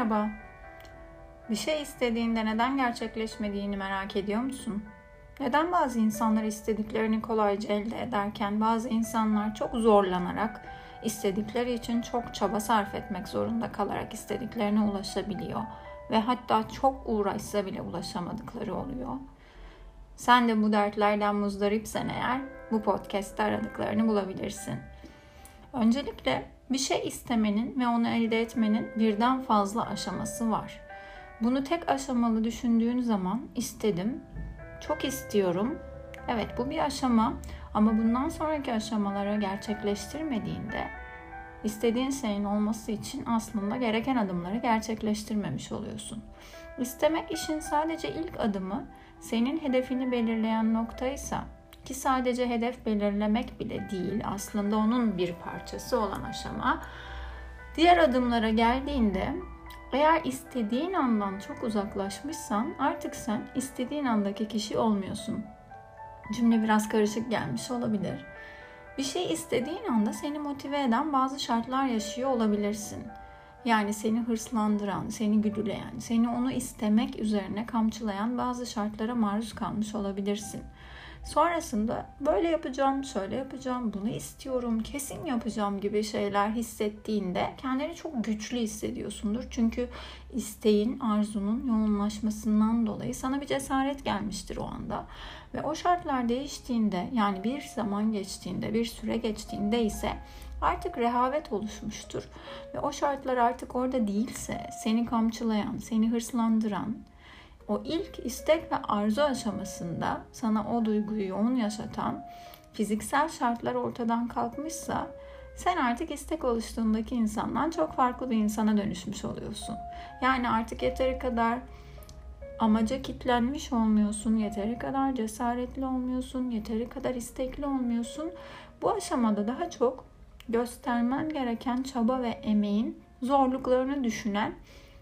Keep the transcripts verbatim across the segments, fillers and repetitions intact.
Merhaba. Bir şey istediğinde neden gerçekleşmediğini merak ediyor musun? Neden bazı insanlar istediklerini kolayca elde ederken bazı insanlar çok zorlanarak, istedikleri için çok çaba sarf etmek zorunda kalarak istediklerine ulaşabiliyor ve hatta çok uğraşsa bile ulaşamadıkları oluyor? Sen de bu dertlerden muzdaripsen eğer bu podcast'te aradıklarını bulabilirsin. Öncelikle bir şey istemenin ve onu elde etmenin birden fazla aşaması var. Bunu tek aşamalı düşündüğün zaman istedim, çok istiyorum. Evet, bu bir aşama ama bundan sonraki aşamaları gerçekleştirmediğinde istediğin şeyin olması için aslında gereken adımları gerçekleştirmemiş oluyorsun. İstemek işin sadece ilk adımı, senin hedefini belirleyen noktaysa, ki sadece hedef belirlemek bile değil, aslında onun bir parçası olan aşama. Diğer adımlara geldiğinde, eğer istediğin andan çok uzaklaşmışsan artık sen istediğin andaki kişi olmuyorsun. Cümle biraz karışık gelmiş olabilir. Bir şey istediğin anda seni motive eden bazı şartlar yaşıyor olabilirsin. Yani seni hırslandıran, seni güdüleyen, seni onu istemek üzerine kamçılayan bazı şartlara maruz kalmış olabilirsin. Sonrasında böyle yapacağım, şöyle yapacağım, bunu istiyorum, kesin yapacağım gibi şeyler hissettiğinde kendini çok güçlü hissediyorsundur. Çünkü isteğin, arzunun yoğunlaşmasından dolayı sana bir cesaret gelmiştir o anda. Ve o şartlar değiştiğinde, yani bir zaman geçtiğinde, bir süre geçtiğinde ise artık rehavet oluşmuştur. Ve o şartlar artık orada değilse, seni kamçılayan, seni hırslandıran, o ilk istek ve arzu aşamasında sana o duyguyu yoğun yaşatan fiziksel şartlar ortadan kalkmışsa sen artık istek oluştuğundaki insandan çok farklı bir insana dönüşmüş oluyorsun. Yani artık yeteri kadar amaca kilitlenmiş olmuyorsun, yeteri kadar cesaretli olmuyorsun, yeteri kadar istekli olmuyorsun. Bu aşamada daha çok göstermen gereken çaba ve emeğin zorluklarını düşünen,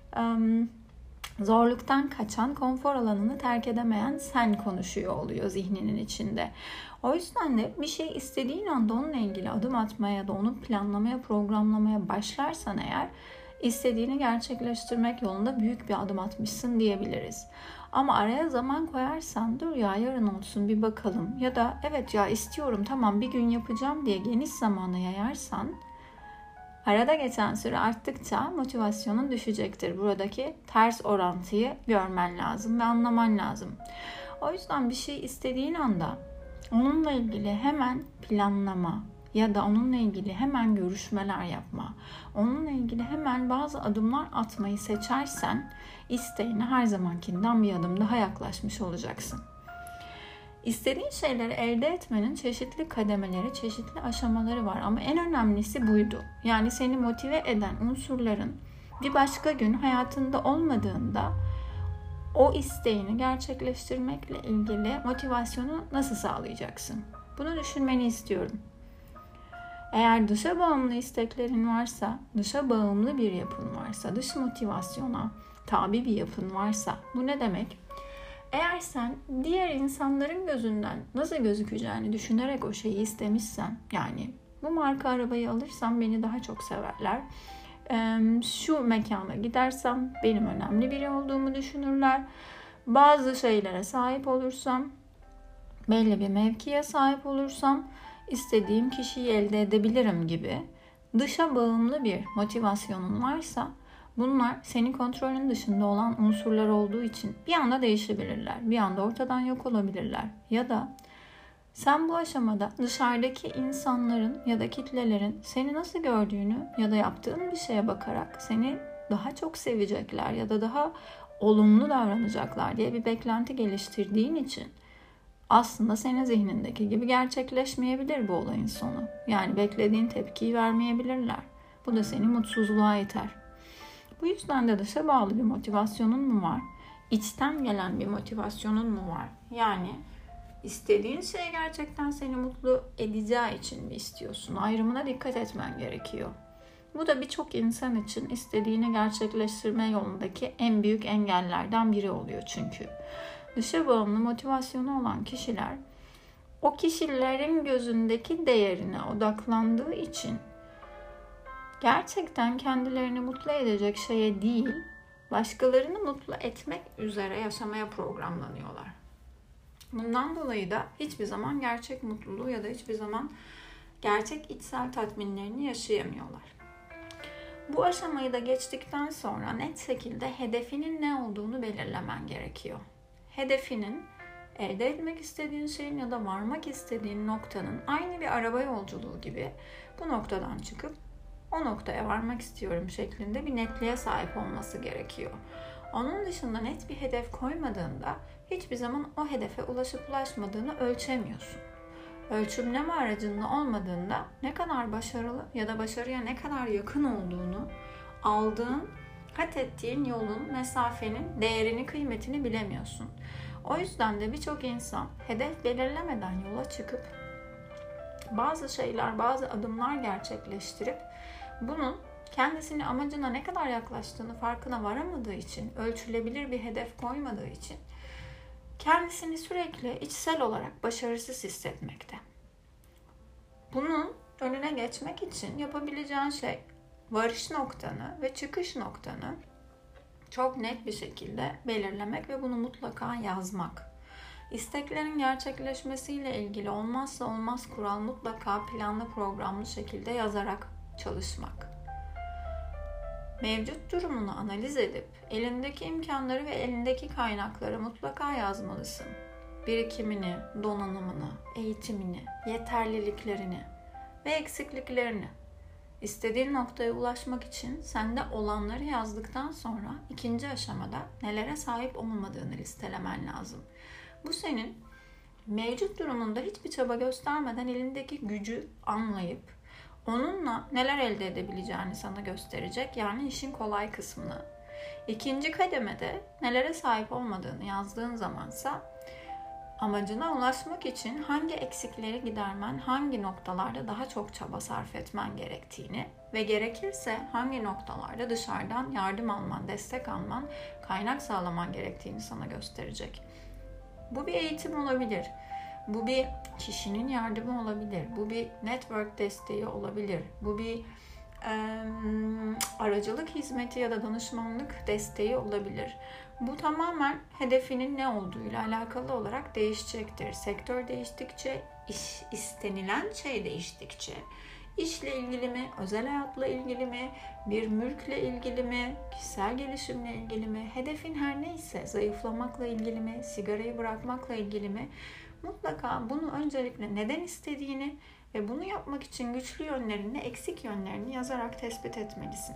zorluktan kaçan, konfor alanını terk edemeyen sen konuşuyor oluyor zihninin içinde. O yüzden de bir şey istediğin anda onunla ilgili adım atmaya ya da onu planlamaya, programlamaya başlarsan eğer istediğini gerçekleştirmek yolunda büyük bir adım atmışsın diyebiliriz. Ama araya zaman koyarsan, dur ya yarın olsun bir bakalım ya da evet ya istiyorum tamam bir gün yapacağım diye geniş zamana yayarsan, arada geçen süre arttıkça motivasyonun düşecektir. Buradaki ters orantıyı görmen lazım ve anlaman lazım. O yüzden bir şey istediğin anda onunla ilgili hemen planlama ya da onunla ilgili hemen görüşmeler yapma, onunla ilgili hemen bazı adımlar atmayı seçersen isteğine her zamankinden bir adım daha yaklaşmış olacaksın. İstediğin şeyleri elde etmenin çeşitli kademeleri, çeşitli aşamaları var ama en önemlisi buydu. Yani seni motive eden unsurların bir başka gün hayatında olmadığında o isteğini gerçekleştirmekle ilgili motivasyonu nasıl sağlayacaksın? Bunu düşünmeni istiyorum. Eğer dışa bağımlı isteklerin varsa, dışa bağımlı bir yapın varsa, dış motivasyona tabi bir yapın varsa, bu ne demek? Eğer sen diğer insanların gözünden nasıl gözükeceğini düşünerek o şeyi istemişsen, yani bu marka arabayı alırsam beni daha çok severler, şu mekana gidersem benim önemli biri olduğumu düşünürler, bazı şeylere sahip olursam, belli bir mevkiye sahip olursam istediğim kişiyi elde edebilirim gibi dışa bağımlı bir motivasyonun varsa, bunlar senin kontrolün dışında olan unsurlar olduğu için bir anda değişebilirler. Bir anda ortadan yok olabilirler. Ya da sen bu aşamada dışarıdaki insanların ya da kitlelerin seni nasıl gördüğünü ya da yaptığın bir şeye bakarak seni daha çok sevecekler ya da daha olumlu davranacaklar diye bir beklenti geliştirdiğin için aslında senin zihnindeki gibi gerçekleşmeyebilir bu olayın sonu. Yani beklediğin tepkiyi vermeyebilirler. Bu da seni mutsuzluğa iter. Bu yüzden de dışa bağlı bir motivasyonun mu var? İçten gelen bir motivasyonun mu var? Yani istediğin şey gerçekten seni mutlu edeceği için mi istiyorsun? Ayrımına dikkat etmen gerekiyor. Bu da birçok insan için istediğini gerçekleştirme yolundaki en büyük engellerden biri oluyor çünkü. Dışa bağımlı motivasyonu olan kişiler o kişilerin gözündeki değerine odaklandığı için gerçekten kendilerini mutlu edecek şeye değil, başkalarını mutlu etmek üzere yaşamaya programlanıyorlar. Bundan dolayı da hiçbir zaman gerçek mutluluğu ya da hiçbir zaman gerçek içsel tatminlerini yaşayamıyorlar. Bu aşamayı da geçtikten sonra net şekilde hedefinin ne olduğunu belirlemen gerekiyor. Hedefinin elde etmek istediğin şeyin ya da varmak istediğin noktanın aynı bir araba yolculuğu gibi bu noktadan çıkıp o noktaya varmak istiyorum şeklinde bir netliğe sahip olması gerekiyor. Onun dışında net bir hedef koymadığında hiçbir zaman o hedefe ulaşıp ulaşmadığını ölçemiyorsun. Ölçümleme aracının olmadığında ne kadar başarılı ya da başarıya ne kadar yakın olduğunu, aldığın, kat ettiğin yolun, mesafenin değerini, kıymetini bilemiyorsun. O yüzden de birçok insan hedef belirlemeden yola çıkıp bazı şeyler, bazı adımlar gerçekleştirip bunun kendisini amacına ne kadar yaklaştığını farkına varamadığı için, ölçülebilir bir hedef koymadığı için kendisini sürekli içsel olarak başarısız hissetmekte. Bunun önüne geçmek için yapabileceğin şey varış noktanı ve çıkış noktanı çok net bir şekilde belirlemek ve bunu mutlaka yazmak. İsteklerin gerçekleşmesiyle ilgili olmazsa olmaz kural mutlaka planlı programlı şekilde yazarak çalışmak. Mevcut durumunu analiz edip elindeki imkanları ve elindeki kaynakları mutlaka yazmalısın. Birikimini, donanımını, eğitimini, yeterliliklerini ve eksikliklerini. İstediğin noktaya ulaşmak için sende olanları yazdıktan sonra ikinci aşamada nelere sahip olmadığını listelemen lazım. Bu senin mevcut durumunda hiçbir çaba göstermeden elindeki gücü anlayıp onunla neler elde edebileceğini sana gösterecek, yani işin kolay kısmını. İkinci kademede nelere sahip olmadığını yazdığın zamansa amacına ulaşmak için hangi eksikleri gidermen, hangi noktalarda daha çok çaba sarf etmen gerektiğini ve gerekirse hangi noktalarda dışarıdan yardım alman, destek alman, kaynak sağlaman gerektiğini sana gösterecek. Bu bir eğitim olabilir. Bu bir kişinin yardımı olabilir. Bu bir network desteği olabilir. Bu bir e, aracılık hizmeti ya da danışmanlık desteği olabilir. Bu tamamen hedefinin ne olduğuyla alakalı olarak değişecektir. Sektör değiştikçe, iş istenilen şey değiştikçe, işle ilgili mi, özel hayatla ilgili mi, bir mülkle ilgili mi, kişisel gelişimle ilgili mi, hedefin her neyse, zayıflamakla ilgili mi, sigarayı bırakmakla ilgili mi, mutlaka bunu öncelikle neden istediğini ve bunu yapmak için güçlü yönlerini, eksik yönlerini yazarak tespit etmelisin.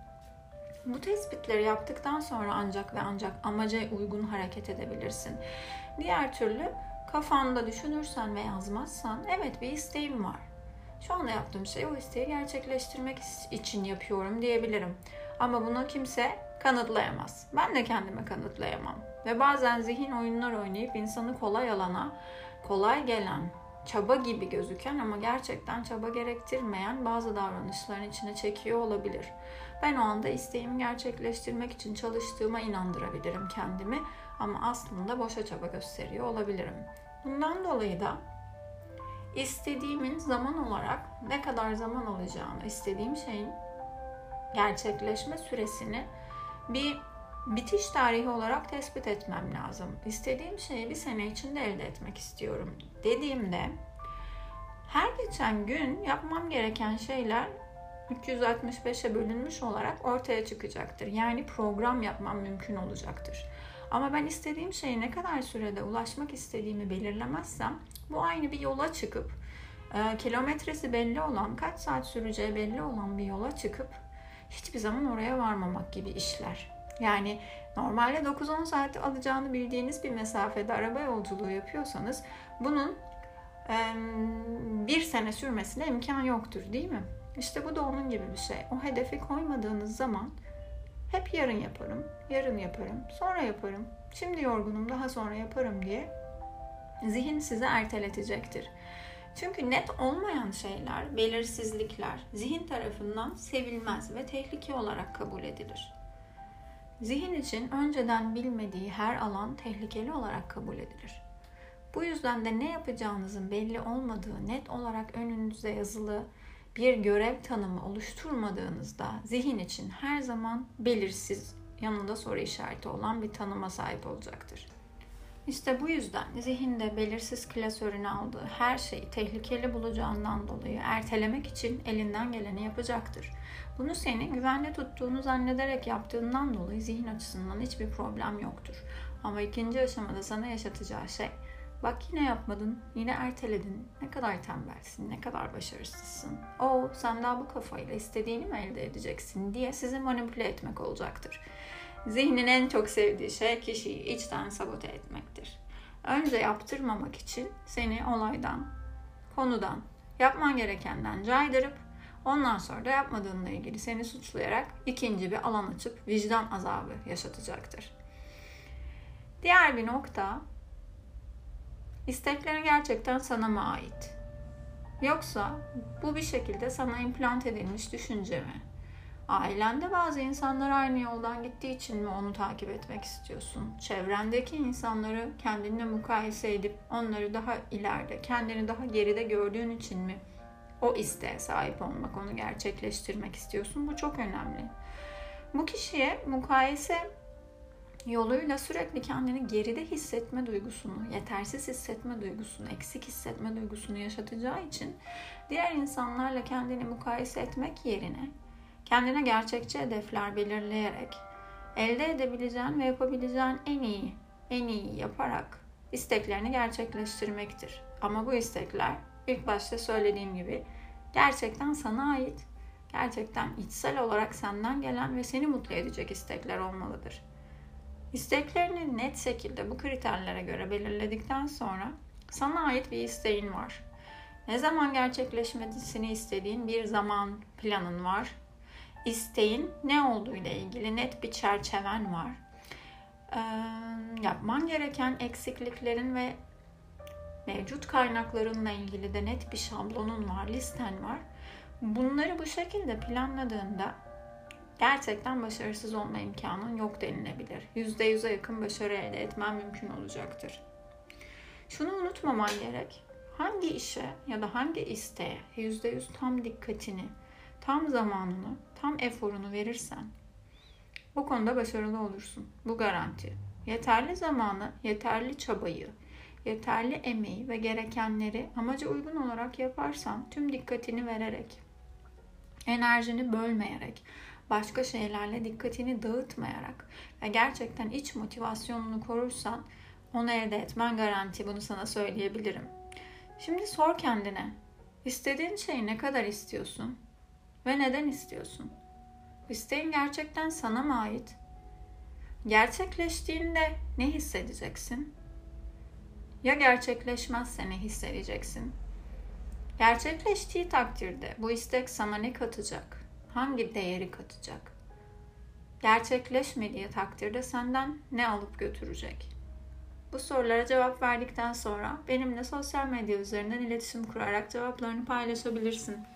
Bu tespitleri yaptıktan sonra ancak ve ancak amaca uygun hareket edebilirsin. Diğer türlü kafanda düşünürsen ve yazmazsan, evet bir isteğim var. Şu anda yaptığım şey o isteği gerçekleştirmek için yapıyorum diyebilirim. Ama bunu kimse kanıtlayamaz. Ben de kendime kanıtlayamam. Ve bazen zihin oyunlar oynayıp insanı kolay alana, kolay gelen, çaba gibi gözüken ama gerçekten çaba gerektirmeyen bazı davranışların içine çekiyor olabilir. Ben o anda isteğimi gerçekleştirmek için çalıştığıma inandırabilirim kendimi ama aslında boşa çaba gösteriyor olabilirim. Bundan dolayı da istediğimin zaman olarak ne kadar zaman alacağını, istediğim şeyin gerçekleşme süresini bir bitiş tarihi olarak tespit etmem lazım. İstediğim şeyi bir sene içinde elde etmek istiyorum dediğimde her geçen gün yapmam gereken şeyler üç yüz altmış beşe bölünmüş olarak ortaya çıkacaktır. Yani program yapmam mümkün olacaktır. Ama ben istediğim şeye ne kadar sürede ulaşmak istediğimi belirlemezsem bu aynı bir yola çıkıp e, kilometresi belli olan, kaç saat süreceği belli olan bir yola çıkıp hiçbir zaman oraya varmamak gibi işler. Yani normalde dokuz on saat alacağını bildiğiniz bir mesafede araba yolculuğu yapıyorsanız bunun e, bir sene sürmesine imkan yoktur, değil mi? İşte bu da onun gibi bir şey. O hedefi koymadığınız zaman hep yarın yaparım, yarın yaparım, sonra yaparım, şimdi yorgunum daha sonra yaparım diye zihin sizi erteletecektir. Çünkü net olmayan şeyler, belirsizlikler zihin tarafından sevilmez ve tehlike olarak kabul edilir. Zihin için önceden bilmediği her alan tehlikeli olarak kabul edilir. Bu yüzden de ne yapacağınızın belli olmadığı, net olarak önünüze yazılı bir görev tanımı oluşturmadığınızda zihin için her zaman belirsiz yanında soru işareti olan bir tanıma sahip olacaktır. İşte bu yüzden zihinde belirsiz klasörünü aldığı her şeyi tehlikeli bulacağından dolayı ertelemek için elinden geleni yapacaktır. Bunu seni güvenli tuttuğunu zannederek yaptığından dolayı zihin açısından hiçbir problem yoktur. Ama ikinci aşamada sana yaşatacağı şey, bak yine yapmadın, yine erteledin, ne kadar tembelsin, ne kadar başarısızsın. O, sen daha bu kafayla istediğini mi elde edeceksin diye sizi manipüle etmek olacaktır. Zihnin en çok sevdiği şey kişiyi içten sabote etmektir. Önce yaptırmamak için seni olaydan, konudan, yapman gerekenden caydırıp ondan sonra da yapmadığınla ilgili seni suçlayarak ikinci bir alan açıp vicdan azabı yaşatacaktır. Diğer bir nokta, isteklerin gerçekten sana mı ait? Yoksa bu bir şekilde sana implant edilmiş düşünce mi? Ailende bazı insanlar aynı yoldan gittiği için mi onu takip etmek istiyorsun? Çevrendeki insanları kendinle mukayese edip onları daha ileride, kendini daha geride gördüğün için mi o isteğe sahip olmak, onu gerçekleştirmek istiyorsun? Bu çok önemli. Bu kişiye mukayese yoluyla sürekli kendini geride hissetme duygusunu, yetersiz hissetme duygusunu, eksik hissetme duygusunu yaşatacağı için diğer insanlarla kendini mukayese etmek yerine kendine gerçekçi hedefler belirleyerek elde edebileceğin ve yapabileceğin en iyi, en iyi yaparak isteklerini gerçekleştirmektir. Ama bu istekler ilk başta söylediğim gibi gerçekten sana ait, gerçekten içsel olarak senden gelen ve seni mutlu edecek istekler olmalıdır. İsteklerini net şekilde bu kriterlere göre belirledikten sonra sana ait bir isteğin var. Ne zaman gerçekleşmesini istediğin bir zaman planın var. İsteğin ne olduğu ile ilgili net bir çerçeven var. Ee, yapman gereken eksikliklerin ve mevcut kaynaklarınla ilgili de net bir şablonun var, listen var. Bunları bu şekilde planladığında gerçekten başarısız olma imkanın yok denilebilir. yüzde yüze yakın başarı elde etmen mümkün olacaktır. Şunu unutmaman gerek. Hangi işe ya da hangi isteğe yüzde yüz tam dikkatini, tam zamanını, tam eforunu verirsen o konuda başarılı olursun. Bu garanti. Yeterli zamanı, yeterli çabayı, yeterli emeği ve gerekenleri amaca uygun olarak yaparsan, tüm dikkatini vererek, enerjini bölmeyerek, başka şeylerle dikkatini dağıtmayarak ve gerçekten iç motivasyonunu korursan onu elde etmen garanti. Bunu sana söyleyebilirim. Şimdi sor kendine. İstediğin şeyi ne kadar istiyorsun? Ve neden istiyorsun? İsteğin gerçekten sana mı ait? Gerçekleştiğinde ne hissedeceksin? Ya gerçekleşmezse ne hissedeceksin? Gerçekleştiği takdirde bu istek sana ne katacak? Hangi değeri katacak? Gerçekleşmediği takdirde senden ne alıp götürecek? Bu sorulara cevap verdikten sonra benimle sosyal medya üzerinden iletişim kurarak cevaplarını paylaşabilirsin.